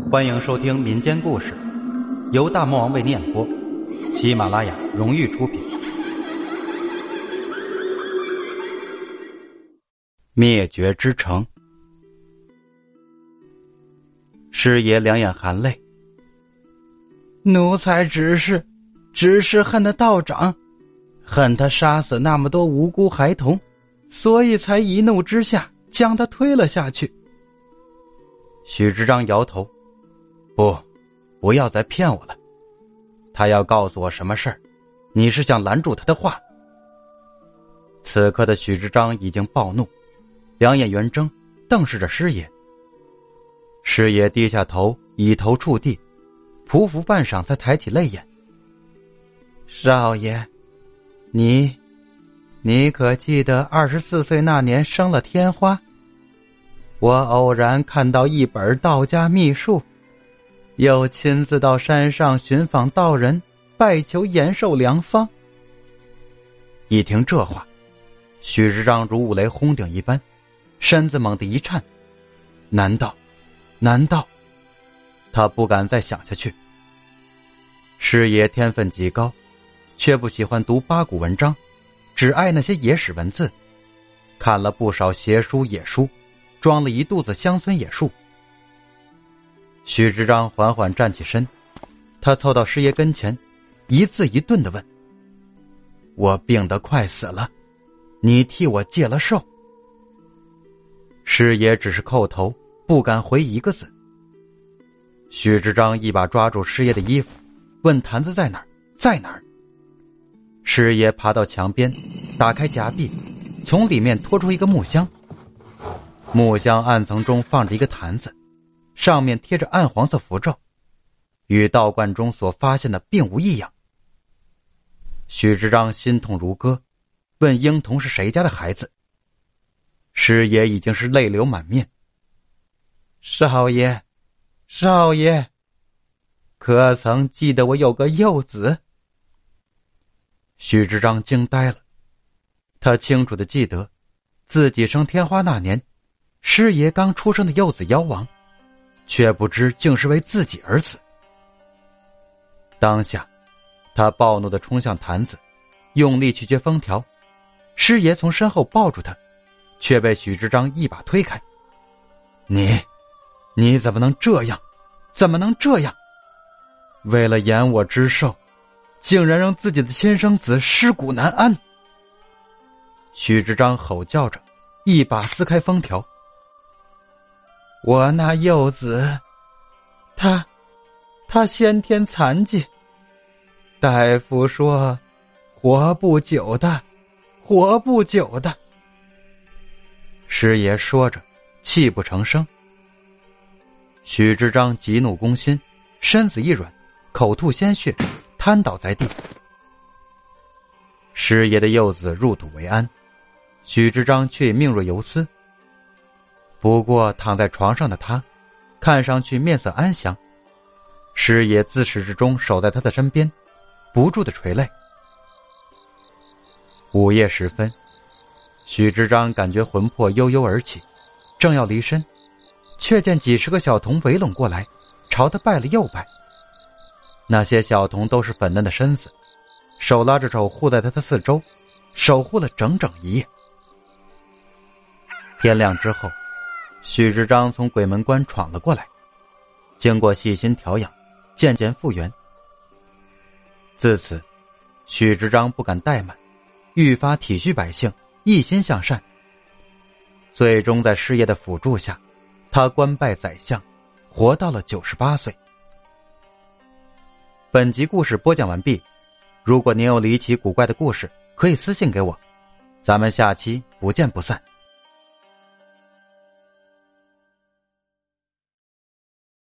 欢迎收听民间故事，由大魔王为你演播，喜马拉雅荣誉出品。灭绝之城。师爷两眼含泪，奴才只是恨那道长，恨他杀死那么多无辜孩童，所以才一怒之下将他推了下去。许知章摇头，不要再骗我了，他要告诉我什么事儿，你是想拦住他的话。此刻的许知章已经暴怒，两眼圆睁，瞪视着师爷。师爷低下头，以头触地，匍匐半晌才抬起泪眼。少爷，你可记得24岁那年生了天花？我偶然看到一本道家秘术，又亲自到山上寻访道人，拜求延寿良方。一听这话，许知章如五雷轰顶一般，身子猛地一颤。难道他不敢再想下去。师爷天分极高，却不喜欢读八股文章，只爱那些野史文字，看了不少邪书野书，装了一肚子乡村野术。许知章缓缓站起身，他凑到师爷跟前，一字一顿地问：我病得快死了，你替我戒了寿？师爷只是叩头，不敢回一个字。许知章一把抓住师爷的衣服，问坛子在哪儿，在哪儿？师爷爬到墙边，打开夹壁，从里面拖出一个木箱。木箱暗层中放着一个坛子，上面贴着暗黄色符咒，与道观中所发现的并无异样。许知章心痛如割，问婴童是谁家的孩子。师爷已经是泪流满面。少爷，可曾记得我有个幼子？许知章惊呆了，他清楚地记得自己生天花那年，师爷刚出生的幼子夭亡，却不知竟是为自己而死。当下他暴怒地冲向坛子，用力去撅封条。师爷从身后抱住他，却被许知章一把推开。你怎么能这样？怎么能这样？为了延我之寿，竟然让自己的亲生子尸骨难安！许知章吼叫着，一把撕开封条。我那幼子，他先天残疾，大夫说活不久的。师爷说着，泣不成声。许知章急怒攻心，身子一软，口吐鲜血，瘫倒在地。师爷的幼子入土为安，许知章却命若游丝。不过躺在床上的他，看上去面色安详。师爷自始至终守在他的身边，不住地垂泪。午夜时分，许知章感觉魂魄悠悠而起，正要离身，却见几十个小童围拢过来，朝他拜了又拜。那些小童都是粉嫩的身子，手拉着手护在他的四周，守护了整整一夜。天亮之后，许知章从鬼门关闯了过来，经过细心调养，渐渐复原。自此，许知章不敢怠慢，愈发体恤百姓，一心向善。最终在师爷的辅助下，他官拜宰相，活到了98岁。本集故事播讲完毕，如果您有离奇古怪的故事，可以私信给我，咱们下期不见不散。